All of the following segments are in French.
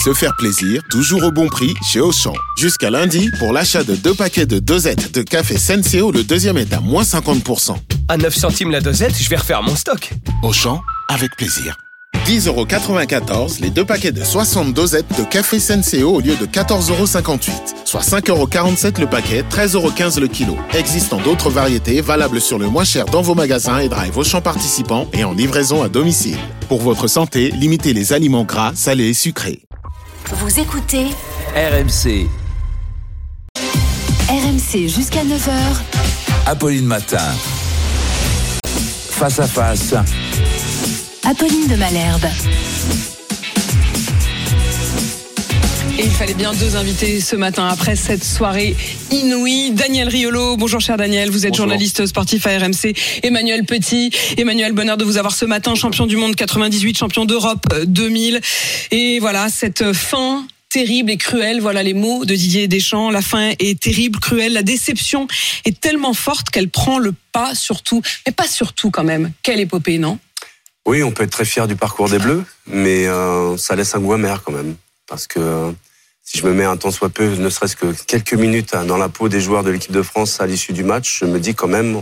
Se faire plaisir, toujours au bon prix chez Auchan. Jusqu'à lundi, pour l'achat de 2 paquets de dosettes de café Senseo, le deuxième est à moins 50%. À 9 centimes la dosette, je vais refaire mon stock. Auchan, avec plaisir. 10,94€ les 2 paquets de 60 dosettes de café Senseo au lieu de 14,58€. Soit 5,47€ le paquet, 13,15€ le kilo. Existant d'autres variétés valables sur le moins cher dans vos magasins et drive Auchan participants et en livraison à domicile. Pour votre santé, limitez les aliments gras, salés et sucrés. Vous écoutez RMC. RMC jusqu'à 9h. Apolline Matin. Face à face. Apolline de Malherbe. Et il fallait bien 2 invités ce matin après cette soirée inouïe. Daniel Riolo, bonjour cher Daniel, vous êtes Bonjour. Journaliste sportif à RMC. Emmanuel Petit, Emmanuel, bonheur de vous avoir ce matin, champion du monde 98, champion d'Europe 2000. Et voilà, cette fin terrible et cruelle, voilà les mots de Didier Deschamps. La fin est terrible, cruelle, la déception est tellement forte qu'elle prend le pas sur tout. Mais pas sur tout quand même. Quelle épopée, non ? Oui, on peut être très fier du parcours des Bleus, mais ça laisse un goût amer quand même. Parce que si je me mets un tant soit peu, ne serait-ce que quelques minutes dans la peau des joueurs de l'équipe de France à l'issue du match, je me dis quand même,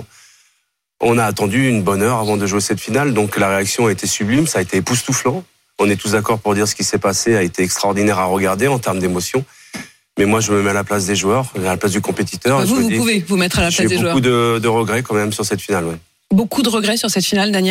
on a attendu une bonne heure avant de jouer cette finale. Donc la réaction a été sublime, ça a été époustouflant. On est tous d'accord pour dire ce qui s'est passé a été extraordinaire à regarder en termes d'émotion. Mais moi, je me mets à la place des joueurs, à la place du compétiteur. Vous pouvez vous mettre à la place des joueurs. J'ai beaucoup de regrets quand même sur cette finale. Ouais. Beaucoup de regrets sur cette finale, Daniel ?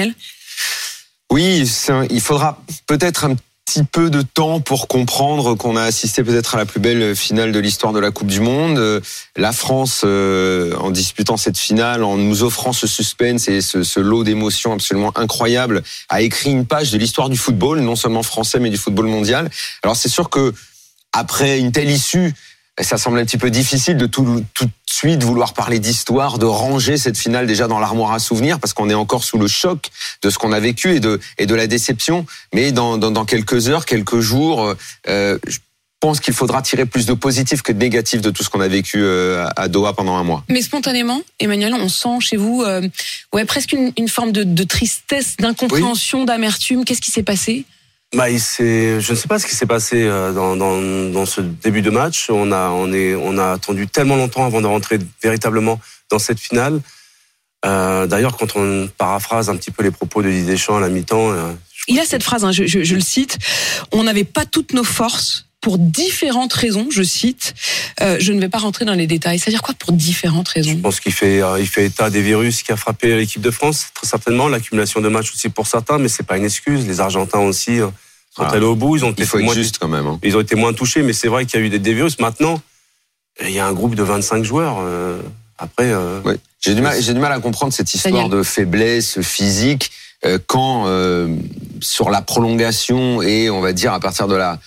Oui, il faudra peut-être un petit peu de temps pour comprendre qu'on a assisté peut-être à la plus belle finale de l'histoire de la Coupe du Monde. La France, en disputant cette finale, en nous offrant ce suspense et ce lot d'émotions absolument incroyable, a écrit une page de l'histoire du football, non seulement français, mais du football mondial. Alors c'est sûr que après une telle issue, ça semble un petit peu difficile de tout de suite vouloir parler d'histoire, de ranger cette finale déjà dans l'armoire à souvenirs, parce qu'on est encore sous le choc de ce qu'on a vécu et de la déception. Mais dans quelques heures, quelques jours, je pense qu'il faudra tirer plus de positif que de négatif de tout ce qu'on a vécu à Doha pendant un mois. Mais spontanément, Emmanuel, on sent chez vous presque une forme de tristesse, d'incompréhension, d'amertume. Qu'est-ce qui s'est passé ? Je ne sais pas ce qui s'est passé dans ce début de match. On a attendu tellement longtemps avant de rentrer véritablement dans cette finale. D'ailleurs, quand on paraphrase un petit peu les propos de Didier Deschamps à la mi-temps, il a cette phrase, je le cite, on n'avait pas toutes nos forces pour différentes raisons, je cite. Je ne vais pas rentrer dans les détails. C'est-à-dire quoi pour différentes raisons ? Je pense qu'il fait état des virus qui a frappé l'équipe de France, très certainement. L'accumulation de matchs aussi pour certains, mais c'est pas une excuse. Les Argentins aussi sont allés au bout. Il faut être juste quand même. Hein. Ils ont été moins touchés, mais c'est vrai qu'il y a eu des virus. Maintenant, il y a un groupe de 25 joueurs. Après, oui. J'ai du mal à comprendre cette histoire de faiblesse physique quand sur la prolongation et on va dire à partir de la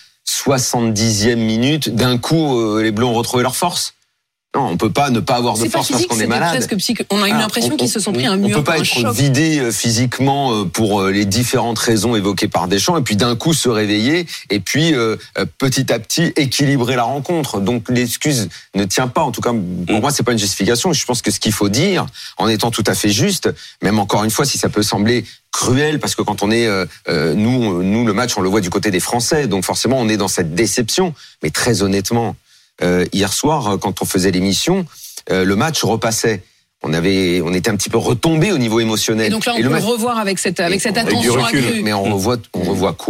70e minute, d'un coup, les Bleus ont retrouvé leur force. Non, on peut pas ne pas avoir de force parce qu'on est malade. On a eu l'impression qu'ils se sont pris un mur. On peut pas être vidé physiquement pour les différentes raisons évoquées par Deschamps et puis d'un coup se réveiller et puis petit à petit équilibrer la rencontre. Donc l'excuse ne tient pas. En tout cas, pour moi, c'est pas une justification. Je pense que ce qu'il faut dire, en étant tout à fait juste, même encore une fois, si ça peut sembler cruel, parce que quand on est nous le match, on le voit du côté des Français, donc forcément on est dans cette déception. Mais très honnêtement, hier soir, quand on faisait l'émission, le match repassait. On était un petit peu retombé au niveau émotionnel. Et donc là, on peut le revoir avec cette attention accrue. Mais on revoit quoi ?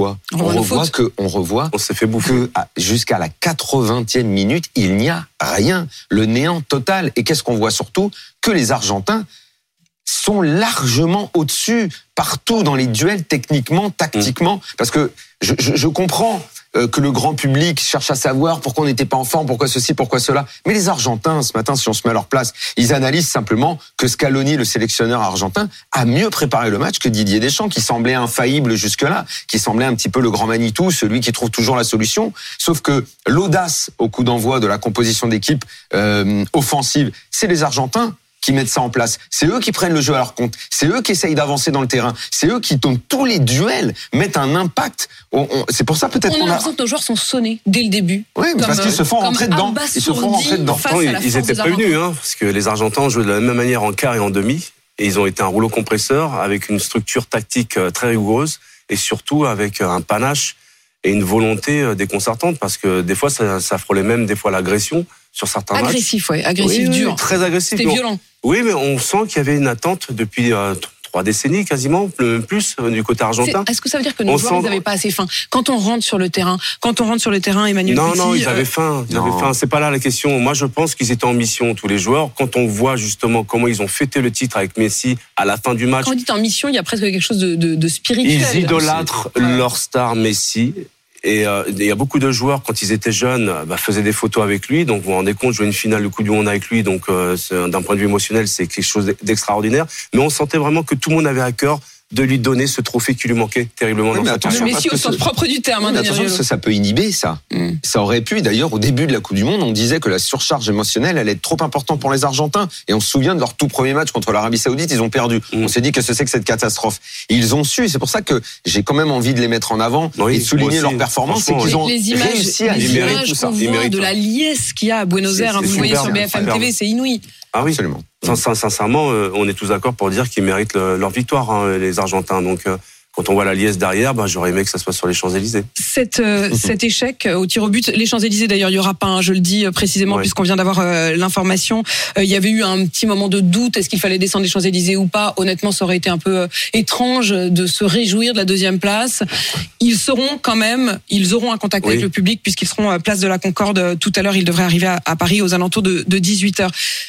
On s'est fait bouffer. Jusqu'à la 80e minute, il n'y a rien. Le néant total. Et qu'est-ce qu'on voit surtout ? Que les Argentins sont largement au-dessus, partout dans les duels, techniquement, tactiquement. Parce que je comprends que le grand public cherche à savoir pourquoi on n'était pas en forme, pourquoi ceci, pourquoi cela. Mais les Argentins, ce matin, si on se met à leur place, ils analysent simplement que Scaloni, le sélectionneur argentin, a mieux préparé le match que Didier Deschamps, qui semblait infaillible jusque-là, qui semblait un petit peu le grand Manitou, celui qui trouve toujours la solution. Sauf que l'audace au coup d'envoi de la composition d'équipe offensive, c'est les Argentins qui mettent ça en place. C'est eux qui prennent le jeu à leur compte. C'est eux qui essayent d'avancer dans le terrain. C'est eux qui, dans tous les duels, mettent un impact. C'est pour ça peut-être qu'on a l'impression que nos joueurs sont sonnés dès le début. Oui, parce qu'ils se font rentrer dedans. Ils étaient prévenus, parce que les Argentins jouaient de la même manière en quart et en demi. Et ils ont été un rouleau compresseur avec une structure tactique très rigoureuse et surtout avec un panache et une volonté déconcertante parce que des fois ça frôlait même des fois l'agression sur certains matchs. Agressif, agressif, Oui, dur. très agressif. C'était violent. Oui, mais on sent qu'il y avait une attente depuis 3 décennies quasiment, plus du côté argentin. Est-ce que ça veut dire que nos joueurs n'avaient pas assez faim quand on rentre sur le terrain, Emmanuel Petit, Non, ils avaient faim. C'est pas là la question. Moi, je pense qu'ils étaient en mission tous les joueurs. Quand on voit justement comment ils ont fêté le titre avec Messi à la fin du match. Quand on dit en mission, il y a presque quelque chose de spirituel. Ils idolâtrent leur star Messi. Et il y a beaucoup de joueurs, quand ils étaient jeunes, faisaient des photos avec lui. Donc, vous vous rendez compte, jouer une finale de Coupe du Monde avec lui, donc d'un point de vue émotionnel, c'est quelque chose d'extraordinaire. Mais on sentait vraiment que tout le monde avait à cœur de lui donner ce trophée qui lui manquait terriblement dans sa carrière. Le Messi au sens propre du terme. Attention, ça peut inhiber ça. Ça aurait pu, d'ailleurs, au début de la Coupe du Monde, on disait que la surcharge émotionnelle allait être trop importante pour les Argentins. Et on se souvient de leur tout premier match contre l'Arabie Saoudite, ils ont perdu. On s'est dit que c'est que cette catastrophe. Et ils ont su, et c'est pour ça que j'ai quand même envie de les mettre en avant et de souligner leur performance, c'est qu'ils ont réussi à gérer tout ça. De la liesse qu'il y a à Buenos Aires, vous le voyez sur BFM TV, c'est inouï. Ah oui, absolument. Sincèrement, on est tous d'accord pour dire qu'ils méritent leur victoire, les Argentins. Donc, quand on voit la liesse derrière, j'aurais aimé que ça soit sur les Champs-Élysées. Cet échec au tir au but, les Champs-Élysées d'ailleurs, il y aura pas, je le dis précisément puisqu'on vient d'avoir l'information. Il y avait eu un petit moment de doute, est-ce qu'il fallait descendre les Champs-Élysées ou pas? Honnêtement, ça aurait été un peu étrange de se réjouir de la 2e place. Ils auront un contact avec le public puisqu'ils seront à place de la Concorde tout à l'heure. Ils devraient arriver à Paris aux alentours de 18h.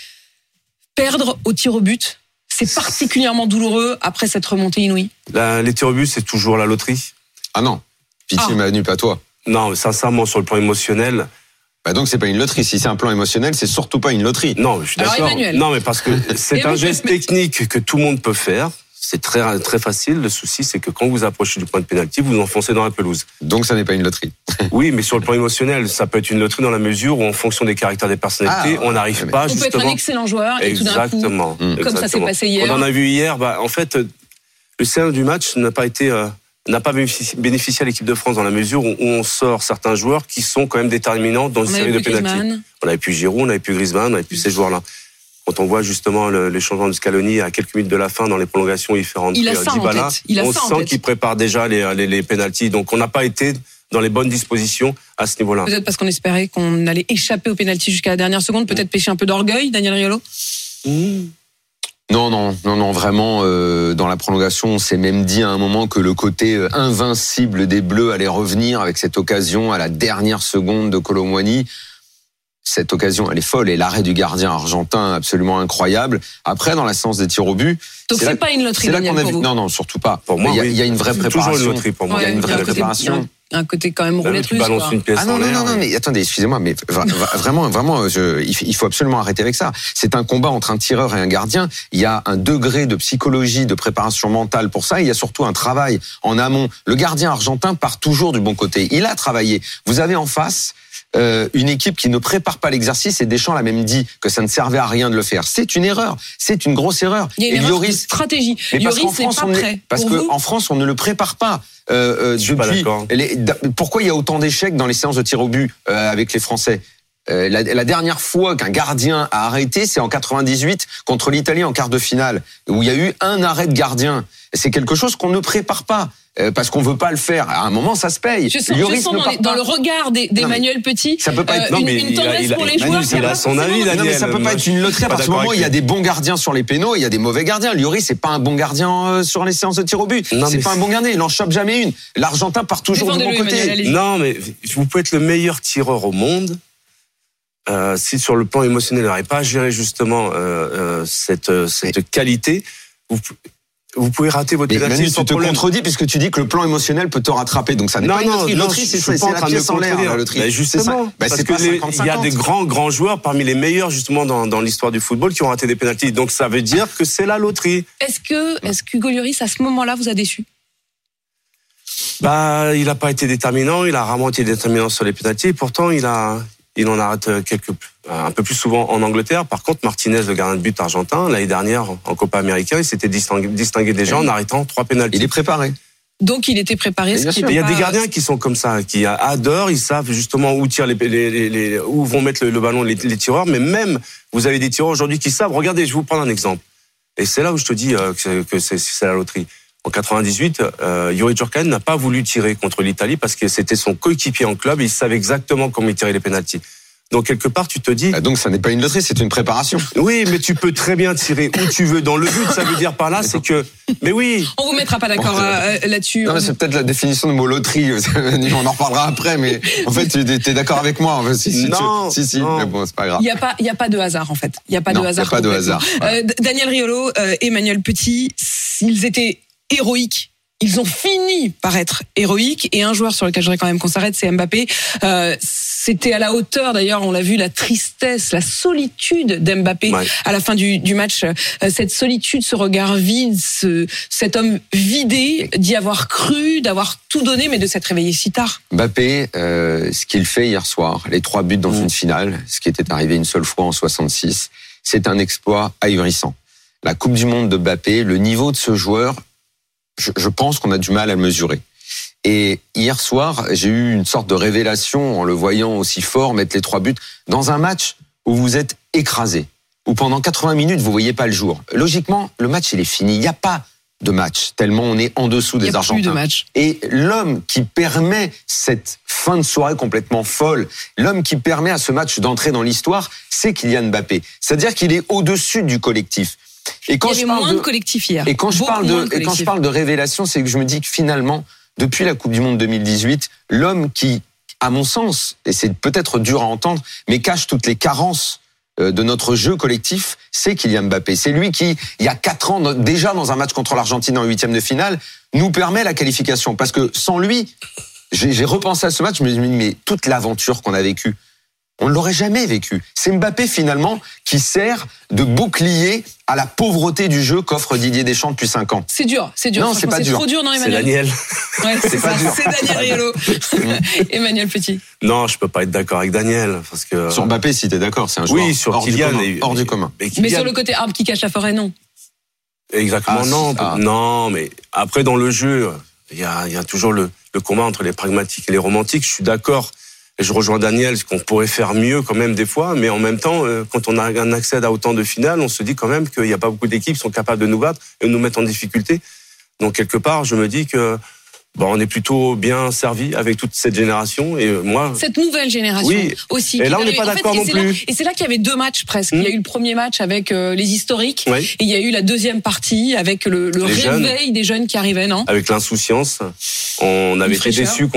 Perdre au tir au but, c'est particulièrement douloureux après cette remontée inouïe. Les tirs au but, c'est toujours la loterie. Ah non, pitié Manu, pas toi. Non, sincèrement, sur le plan émotionnel. Donc c'est pas une loterie. Si c'est un plan émotionnel, c'est surtout pas une loterie. Non, je suis d'accord. Non, mais parce que c'est un geste technique que tout le monde peut faire. C'est très, très facile. Le souci, c'est que quand vous approchez du point de pénalty, vous vous enfoncez dans la pelouse. Donc ça n'est pas une loterie. Oui, mais sur le plan émotionnel, ça peut être une loterie dans la mesure où, en fonction des caractères des personnalités, on n'arrive pas justement. On peut être un excellent joueur et tout d'un coup, comme ça s'est passé hier. On en a vu hier. En fait, le scénario du match n'a pas bénéficié à l'équipe de France dans la mesure où on sort certains joueurs qui sont quand même déterminants dans une série de pénaltys. On avait pu Giroud, on avait pu Griezmann, on avait pu ces joueurs-là. Quand on voit justement les changements de Scaloni à quelques minutes de la fin dans les prolongations, il fait rentrer Dybala. On sent qu'il prépare déjà les pénaltys. Donc on n'a pas été dans les bonnes dispositions à ce niveau-là. Peut-être parce qu'on espérait qu'on allait échapper aux pénaltys jusqu'à la dernière seconde, peut-être pêcher un peu d'orgueil, Daniel Riolo. Non, vraiment, dans la prolongation, on s'est même dit à un moment que le côté invincible des Bleus allait revenir avec cette occasion à la dernière seconde de Kolo Muani. Cette occasion, elle est folle, et l'arrêt du gardien argentin absolument incroyable. Après, dans la séance des tirs au but, donc c'est pas une loterie, Daniel, pour vous. Non, surtout pas. Pour moi, il y a une vraie préparation. Toujours une loterie pour moi. Il y a une vraie préparation. Un côté quand même roulette russe. Non, mais attendez, excusez-moi, mais vraiment, il faut absolument arrêter avec ça. C'est un combat entre un tireur et un gardien. Il y a un degré de psychologie, de préparation mentale pour ça. Et il y a surtout un travail en amont. Le gardien argentin part toujours du bon côté. Il a travaillé. Vous avez en face une équipe qui ne prépare pas l'exercice, et Deschamps l'a même dit que ça ne servait à rien de le faire. C'est une erreur. C'est une grosse erreur. Il y a une erreur de stratégie. Lloris n'est pas prêt. Parce qu'en France, on ne le prépare pas. Je suis pas d'accord. Pourquoi il y a autant d'échecs dans les séances de tir au but avec les Français? La dernière fois qu'un gardien a arrêté, c'est en 98 contre l'Italie en quart de finale, où il y a eu un arrêt de gardien. C'est quelque chose qu'on ne prépare pas. Parce qu'on veut pas le faire. À un moment, ça se paye. Je sens dans le regard d'Emmanuel Petit, ça peut pas être, une tendresse pour les joueurs. Il a son avis, Daniel. Non, mais ça peut pas être une loterie. À partir du moment où il y a des bons gardiens sur les pénaux, il y a des mauvais gardiens. Lloris, c'est pas un bon gardien sur les séances de tir au but. C'est pas un bon gardien. Il en chope jamais une. L'Argentin part toujours du bon côté. Non, mais vous pouvez être le meilleur tireur au monde. Si sur le plan émotionnel, il n'arrive pas à gérer justement cette qualité, vous pouvez rater votre pénalty. Manu, tu te contredis puisque tu dis que le plan émotionnel peut te rattraper. Donc ça n'est pas une loterie. Loterie, c'est la pièce en l'air, la loterie. Justement, parce qu'il y a des grands joueurs parmi les meilleurs justement dans l'histoire du football qui ont raté des pénaltys. Donc ça veut dire que c'est la loterie. Est-ce qu'Hugo Lloris à ce moment-là vous a déçu? Il n'a pas été déterminant. Il a rarement été déterminant sur les pénaltys. Pourtant, il en arrête un peu plus souvent en Angleterre. Par contre, Martinez, le gardien de but argentin, l'année dernière en Copa América, il s'était distingué déjà en arrêtant 3 pénaltys. Il est préparé. Donc il était préparé. Il y a des gardiens qui sont comme ça, qui adorent, ils savent justement où tirent où vont mettre le ballon les tireurs. Mais même, vous avez des tireurs aujourd'hui qui savent. Regardez, je vais vous prendre un exemple. Et c'est là où je te dis que c'est la loterie. En 98, Youri Djurkanin n'a pas voulu tirer contre l'Italie parce que c'était son coéquipier en club et il savait exactement comment il tirait les pénaltys. Donc quelque part, tu te dis... Donc ça n'est pas une loterie, c'est une préparation. Oui, mais tu peux très bien tirer où tu veux dans le but. Ça veut dire par là, c'est que... Mais oui. On vous mettra pas d'accord là-dessus. Non, mais c'est peut-être la définition de mot loterie. On en reparlera après, mais en fait, tu es d'accord avec moi. Non. Mais bon, c'est pas grave. Il y a pas de hasard en fait. Il y a pas de hasard. Il y a pas de hasard. Voilà. Daniel Riolo, Emmanuel Petit, ils étaient héroïques. Ils ont fini par être héroïques. Et un joueur sur lequel je voudrais quand même qu'on s'arrête, c'est Mbappé. C'était à la hauteur, d'ailleurs, on l'a vu, la tristesse, la solitude d'Mbappé à la fin du match. Cette solitude, ce regard vide, cet homme vidé d'y avoir cru, d'avoir tout donné, mais de s'être réveillé si tard. Mbappé, ce qu'il fait hier soir, les 3 buts dans une finale, ce qui était arrivé une seule fois en 66, c'est un exploit ahurissant. La Coupe du Monde de Mbappé, le niveau de ce joueur, je pense qu'on a du mal à le mesurer. Et hier soir, j'ai eu une sorte de révélation en le voyant aussi fort mettre les 3 buts dans un match où vous êtes écrasé, où pendant 80 minutes, vous voyez pas le jour. Logiquement, le match, il est fini. Il n'y a pas de match, tellement on est en dessous des Argentins. Il n'y a plus de match. Et l'homme qui permet cette fin de soirée complètement folle, l'homme qui permet à ce match d'entrer dans l'histoire, c'est Kylian Mbappé. C'est-à-dire qu'il est au-dessus du collectif. Et quand il y avait moins de collectif hier. Et quand je parle de révélation, c'est que je me dis que finalement, depuis la Coupe du Monde 2018, l'homme qui, à mon sens, et c'est peut-être dur à entendre, mais cache toutes les carences de notre jeu collectif, c'est Kylian Mbappé. C'est lui qui, il y a 4 ans, déjà dans un match contre l'Argentine en 8e de finale, nous permet la qualification. Parce que sans lui, j'ai repensé à ce match, je me suis dit, mais toute l'aventure qu'on a vécue, on ne l'aurait jamais vécu. C'est Mbappé finalement qui sert de bouclier à la pauvreté du jeu qu'offre Didier Deschamps depuis 5 ans. C'est dur. Non, c'est pas dur. C'est trop dur, non, Emmanuel? C'est Daniel. Ouais, c'est ça. C'est Daniel Riolo. Emmanuel Petit. Non, je peux pas être d'accord avec Daniel parce que sur Mbappé, si t'es d'accord, c'est un joueur sur Kylian, hors du commun. Mais sur le côté arbre qui cache la forêt, non. Exactement, non. Mais après dans le jeu, il y a toujours le combat entre les pragmatiques et les romantiques. Je suis d'accord. Et je rejoins Daniel, qu'on pourrait faire mieux quand même des fois, mais en même temps, quand on accède à autant de finales, on se dit quand même qu'il n'y a pas beaucoup d'équipes qui sont capables de nous battre et de nous mettre en difficulté. Donc quelque part, je me dis que on est plutôt bien servi avec toute cette génération et moi. Cette nouvelle génération aussi. Et là, on n'est pas d'accord non plus. Et c'est là qu'il y avait 2 matchs presque. Il y a eu le premier match avec les historiques et il y a eu la deuxième partie avec le réveil des jeunes qui arrivaient, non? Avec l'insouciance. On avait été déçus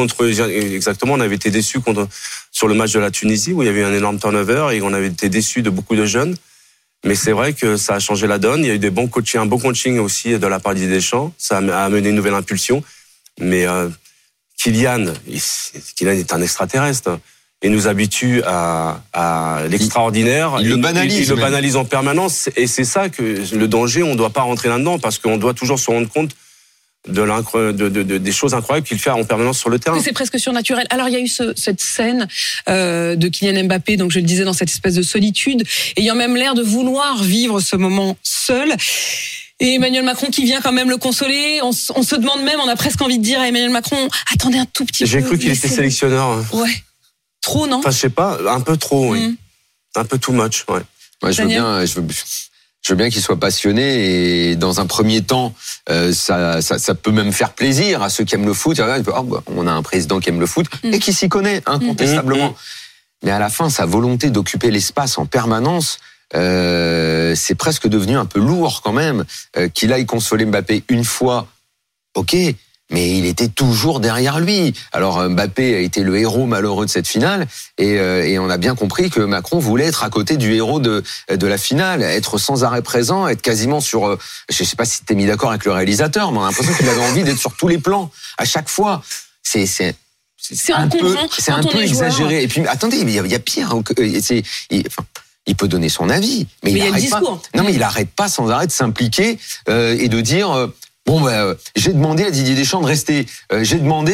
sur le match de la Tunisie où il y avait eu un énorme turnover et on avait été déçus de beaucoup de jeunes. Mais c'est vrai que ça a changé la donne. Il y a eu un bon coaching aussi de la part de Didier Deschamps. Ça a amené une nouvelle impulsion. Mais Kylian est un extraterrestre. Il nous habitue à l'extraordinaire. Il le banalise. Il le banalise en permanence. Et c'est ça que le danger, on ne doit pas rentrer là-dedans parce qu'on doit toujours se rendre compte des choses incroyables qu'il fait en permanence sur le terrain. C'est presque surnaturel. Alors il y a eu cette scène de Kylian Mbappé, donc je le disais, dans cette espèce de solitude, ayant même l'air de vouloir vivre ce moment seul. Et Emmanuel Macron qui vient quand même le consoler. On se demande même, on a presque envie de dire à Emmanuel Macron, attendez un tout petit peu. J'ai cru qu'il était sélectionneur. Ouais. Trop, non? Enfin, je sais pas, un peu trop, oui. Un peu too much, ouais. Moi, je veux bien qu'il soit passionné et dans un premier temps, ça peut même faire plaisir à ceux qui aiment le foot. On a un président qui aime le foot et qui s'y connaît incontestablement. Mais à la fin, sa volonté d'occuper l'espace en permanence, c'est presque devenu un peu lourd quand même. Qu'il aille consoler Mbappé une fois, ok, mais il était toujours derrière lui. Alors Mbappé a été le héros malheureux de cette finale et on a bien compris que Macron voulait être à côté du héros de la finale, être sans arrêt présent, être quasiment sur... je sais pas si t'es mis d'accord avec le réalisateur, mais on a l'impression qu'il avait envie d'être sur tous les plans à chaque fois. C'est un peu exagéré. Et puis attendez, il y a pire. Il peut donner son avis, mais il arrête pas. Non, mais il arrête pas sans arrêt de s'impliquer et de dire j'ai demandé à Didier Deschamps de rester. J'ai demandé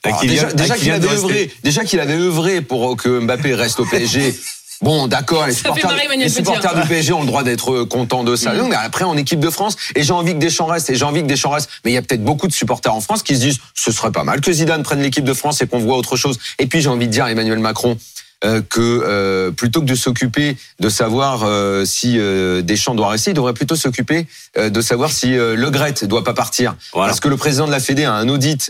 déjà qu'il avait œuvré pour que Mbappé reste au PSG. Bon, d'accord, les supporters du PSG ont le droit d'être contents de ça. Non, mais après, en équipe de France, et j'ai envie que Deschamps reste, mais il y a peut-être beaucoup de supporters en France qui se disent, ce serait pas mal que Zidane prenne l'équipe de France et qu'on voit autre chose. Et puis, j'ai envie de dire à Emmanuel Macron, que plutôt que de s'occuper de savoir si Deschamps doit rester, il devrait plutôt s'occuper de savoir si Le Gret doit pas partir. Voilà. Parce que le président de la Fédé a un audit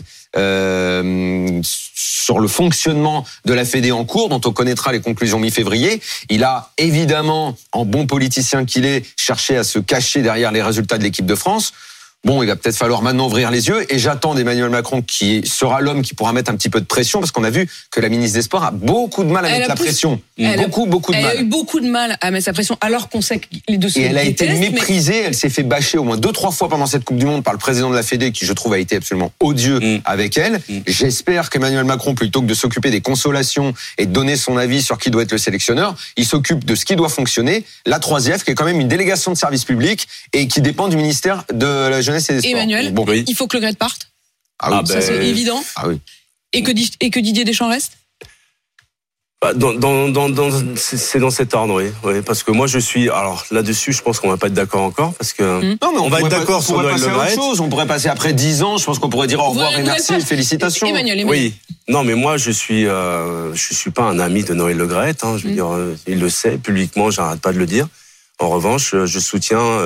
sur le fonctionnement de la Fédé en cours, dont on connaîtra les conclusions mi-février. Il a évidemment, en bon politicien qu'il est, cherché à se cacher derrière les résultats de l'équipe de France. Bon, il va peut-être falloir maintenant ouvrir les yeux, et j'attends d'Emmanuel Macron qui sera l'homme qui pourra mettre un petit peu de pression, parce qu'on a vu que la ministre des Sports a beaucoup de mal à mettre la pression. Beaucoup de mal. Elle a eu beaucoup de mal à mettre sa pression, alors qu'on sait que les deux sont et elle a été méprisée, elle s'est fait bâcher au moins 2-3 fois pendant cette Coupe du Monde par le président de la Fédé, qui je trouve a été absolument odieux avec elle. J'espère qu'Emmanuel Macron, plutôt que de s'occuper des consolations et de donner son avis sur qui doit être le sélectionneur, il s'occupe de ce qui doit fonctionner, la 3F, qui est quand même une délégation de service public et qui dépend du ministère de la Jeunesse et des Sports. Emmanuel, bon, oui. il faut que Le Gret parte. Ah oui, ça c'est évident. Ah oui. Et que Didier Deschamps reste. C'est dans cet ordre, oui. Parce que moi, je suis. Alors là-dessus, je pense qu'on va pas être d'accord encore, parce que Non, mais on va être d'accord sur Noël Le Gret. On pourrait passer après 10 ans. Je pense qu'on pourrait dire au revoir et merci, félicitations. Emmanuel. Oui. Non, mais moi, je suis pas un ami de Noël Le Gret. Je veux dire, il le sait publiquement. J'arrête pas de le dire. En revanche, je soutiens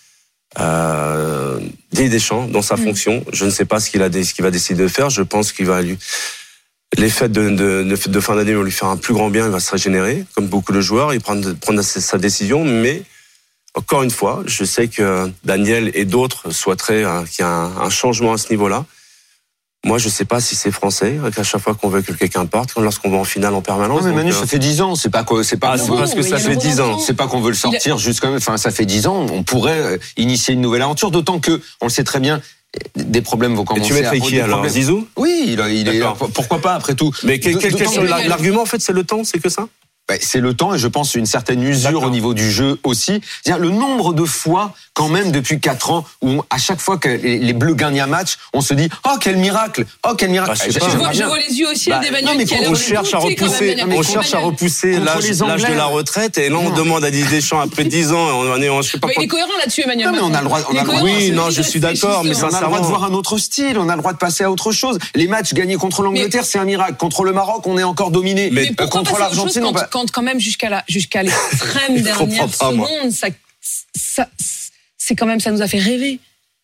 Didier Deschamps dans sa fonction. Je ne sais pas ce qu'il va décider de faire. Je pense qu'il va les fêtes de fin d'année vont lui faire un plus grand bien. Il va se régénérer, comme beaucoup de joueurs. Il prendre sa décision. Mais encore une fois, je sais que Daniel et d'autres souhaiteraient qu'il y ait un changement à ce niveau-là. Moi, je sais pas si c'est français, qu'à chaque fois qu'on veut que quelqu'un parte, lorsqu'on va en finale en permanence. Non, mais Manu, ça fait 10 ans. C'est pas parce que ça fait 10 ans. C'est pas qu'on veut le sortir juste quand même. Enfin, ça fait 10 ans. On pourrait initier une nouvelle aventure, d'autant que, on le sait très bien, des problèmes vont commencer. Et tu mettrais qui alors, Zizou? Oui, il est. Pourquoi pas après tout? Mais quel l'argument en fait, c'est le temps, c'est que ça? C'est le temps, et je pense une certaine usure au niveau du jeu aussi. C'est-à-dire le nombre de fois, quand même, depuis 4 ans, où à chaque fois que les Bleus gagnent un match, on se dit « Oh, quel miracle ! Oh, quel miracle !» Je vois les yeux aussi d'Emmanuel qui a l'air on cherche à repousser l'âge de la retraite, et là on demande à Didier Deschamps après 10 ans, je sais pas quoi. Il est cohérent là-dessus, Emmanuel. Non, mais on a le droit. Oui, non, je suis d'accord, mais on a le droit de voir un autre style, on a le droit de passer à autre chose. Les matchs gagnés contre l'Angleterre, c'est un miracle. Contre le Maroc, on est encore dominé. Mais contre l'Argentine, quand même jusqu'à l'extrême dernière seconde, ça c'est quand même, ça nous a fait rêver.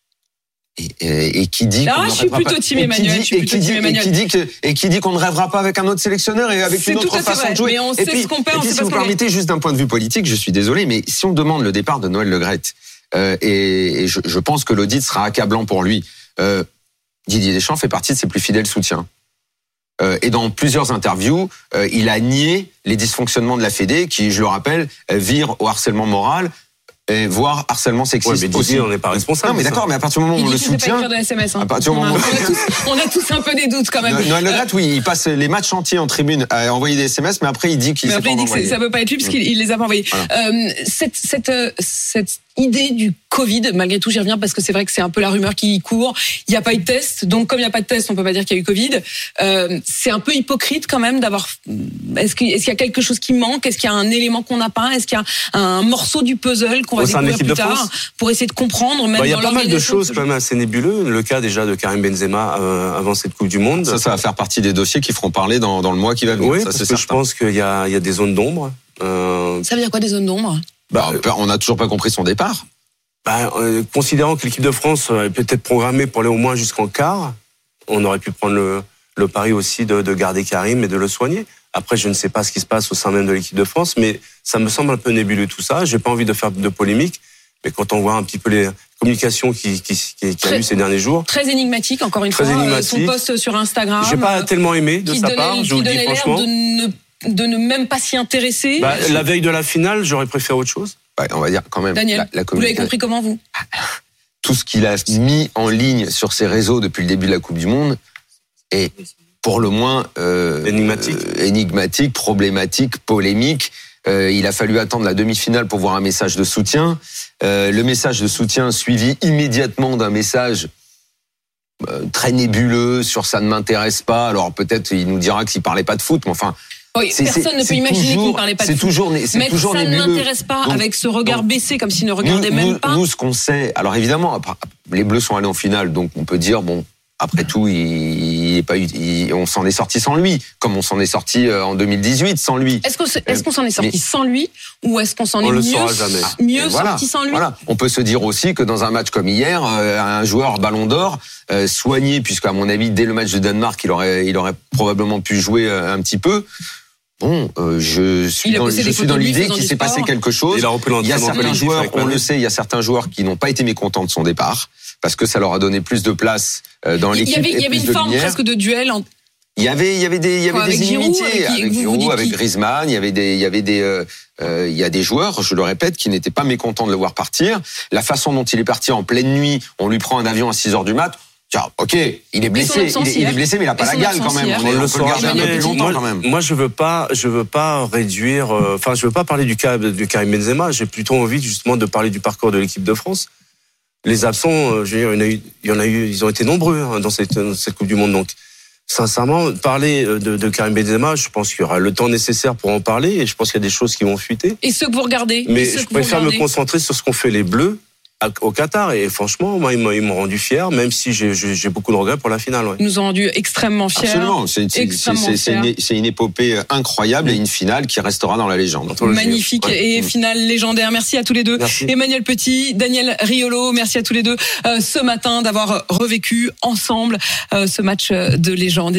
Et qui dit je suis plutôt team Emmanuel. Et qui dit qu'on ne rêvera pas avec un autre sélectionneur et avec une autre façon de jouer. Mais on sait ce qu'on perd, on sait pas ce qu'on gagne. Si vous permettez, juste d'un point de vue politique, je suis désolé, mais si on demande le départ de Noël Le Gret, et je pense que l'audit sera accablant pour lui, Didier Deschamps fait partie de ses plus fidèles soutiens. Et dans plusieurs interviews, il a nié les dysfonctionnements de la Fédé, qui, je le rappelle, vire au harcèlement moral, voire harcèlement sexiste. Ouais, mais Didier, on n'est pas responsable. Non, mais d'accord, mais à partir du moment où on le soutient, à partir du moment on a tous un peu des doutes quand même. Noël Le Gret, oui, il passe les matchs entiers en tribune à envoyer des SMS, mais après il dit qu'il s'est pas envoyé. Ça peut pas être lui parce qu'il les a pas envoyés. Voilà. Cette idée du Covid, malgré tout, j'y reviens parce que c'est vrai que c'est un peu la rumeur qui court. Il n'y a pas eu de test, donc comme il n'y a pas de test, on peut pas dire qu'il y a eu Covid. C'est un peu hypocrite quand même d'avoir. Est-ce qu'il y a quelque chose qui manque? Est-ce qu'il y a un élément qu'on n'a pas? Est-ce qu'il y a un morceau du puzzle qu'on va découvrir plus tard pour essayer de comprendre? Il y a pas mal de choses quand même assez nébuleux. Le cas déjà de Karim Benzema avant cette Coupe du Monde. Ça va faire partie des dossiers qui feront parler dans le mois qui va venir. Oui, parce que je pense qu'il y a des zones d'ombre. Ça veut dire quoi, des zones d'ombre? On n'a toujours pas compris son départ. Considérant que l'équipe de France est peut-être programmée pour aller au moins jusqu'en quart, on aurait pu prendre le pari aussi de garder Karim et de le soigner. Après, je ne sais pas ce qui se passe au sein même de l'équipe de France, mais ça me semble un peu nébuleux tout ça. J'ai pas envie de faire de polémique, mais quand on voit un petit peu les communications qu'il y a eu ces derniers jours. Très énigmatique, encore une fois. Son post sur Instagram. J'ai pas tellement aimé de sa part, je vous le dis franchement. De ne même pas s'y intéresser. La veille de la finale, j'aurais préféré autre chose. On va dire quand même. Daniel, vous l'avez compris comment, vous? Tout ce qu'il a mis en ligne sur ses réseaux depuis le début de la Coupe du Monde est pour le moins énigmatique, problématique, polémique. Il a fallu attendre la demi-finale pour voir un message de soutien. Le message de soutien suivi immédiatement d'un message très nébuleux sur ça ne m'intéresse pas. Alors peut-être il nous dira qu'il parlait pas de foot, mais enfin. Oui, personne ne peut imaginer qu'il ne parlait pas de foot. C'est toujours ça nébuleux. Ne m'intéresse pas avec ce regard baissé comme s'il ne regardait même pas. Nous, ce qu'on sait, alors évidemment, les Bleus sont allés en finale, donc on peut dire, bon, après tout, on s'en est sorti sans lui, comme on s'en est sorti en 2018 sans lui. Est-ce qu'on s'en est sorti sans lui ou est-ce qu'on s'en est mieux sorti sans lui? Voilà. On peut se dire aussi que dans un match comme hier, un joueur Ballon d'Or soigné, puisqu'à mon avis, dès le match de Danemark, il aurait probablement pu jouer un petit peu. Bon, je suis dans l'idée qu'il s'est passé quelque chose. Il y a certains joueurs, on le sait, il y a certains joueurs qui n'ont pas été mécontents de son départ parce que ça leur a donné plus de place dans l'équipe. Il y avait une forme presque de duel. Il y avait des inimitiés avec Giroud, avec Griezmann. Il y a des joueurs, je le répète, qui n'étaient pas mécontents de le voir partir. La façon dont il est parti en pleine nuit, on lui prend un avion à 6h du mat'. Tiens, ok, il est blessé, il est blessé, mais il a pas la gale quand même. On peut le garder un peu plus longtemps quand même. Moi, je veux pas réduire. Enfin, je veux pas parler du cas de Karim Benzema. J'ai plutôt envie justement de parler du parcours de l'équipe de France. Les absents, je veux dire, il y en a eu, ils ont été nombreux dans cette Coupe du Monde. Donc, sincèrement, parler de Karim Benzema, je pense qu'il y aura le temps nécessaire pour en parler. Et je pense qu'il y a des choses qui vont fuiter. Et ceux que vous regardez. Mais je préfère me concentrer sur ce qu'ont fait les Bleus au Qatar, et franchement, moi, ils m'ont rendu fier, même si j'ai beaucoup de regrets pour la finale. Ouais. Ils nous ont rendu extrêmement fiers. Absolument, c'est une épopée incroyable et une finale qui restera dans la légende. Magnifique et finale légendaire. Merci à tous les deux. Merci. Emmanuel Petit, Daniel Riolo, merci à tous les deux ce matin d'avoir revécu ensemble ce match de légende.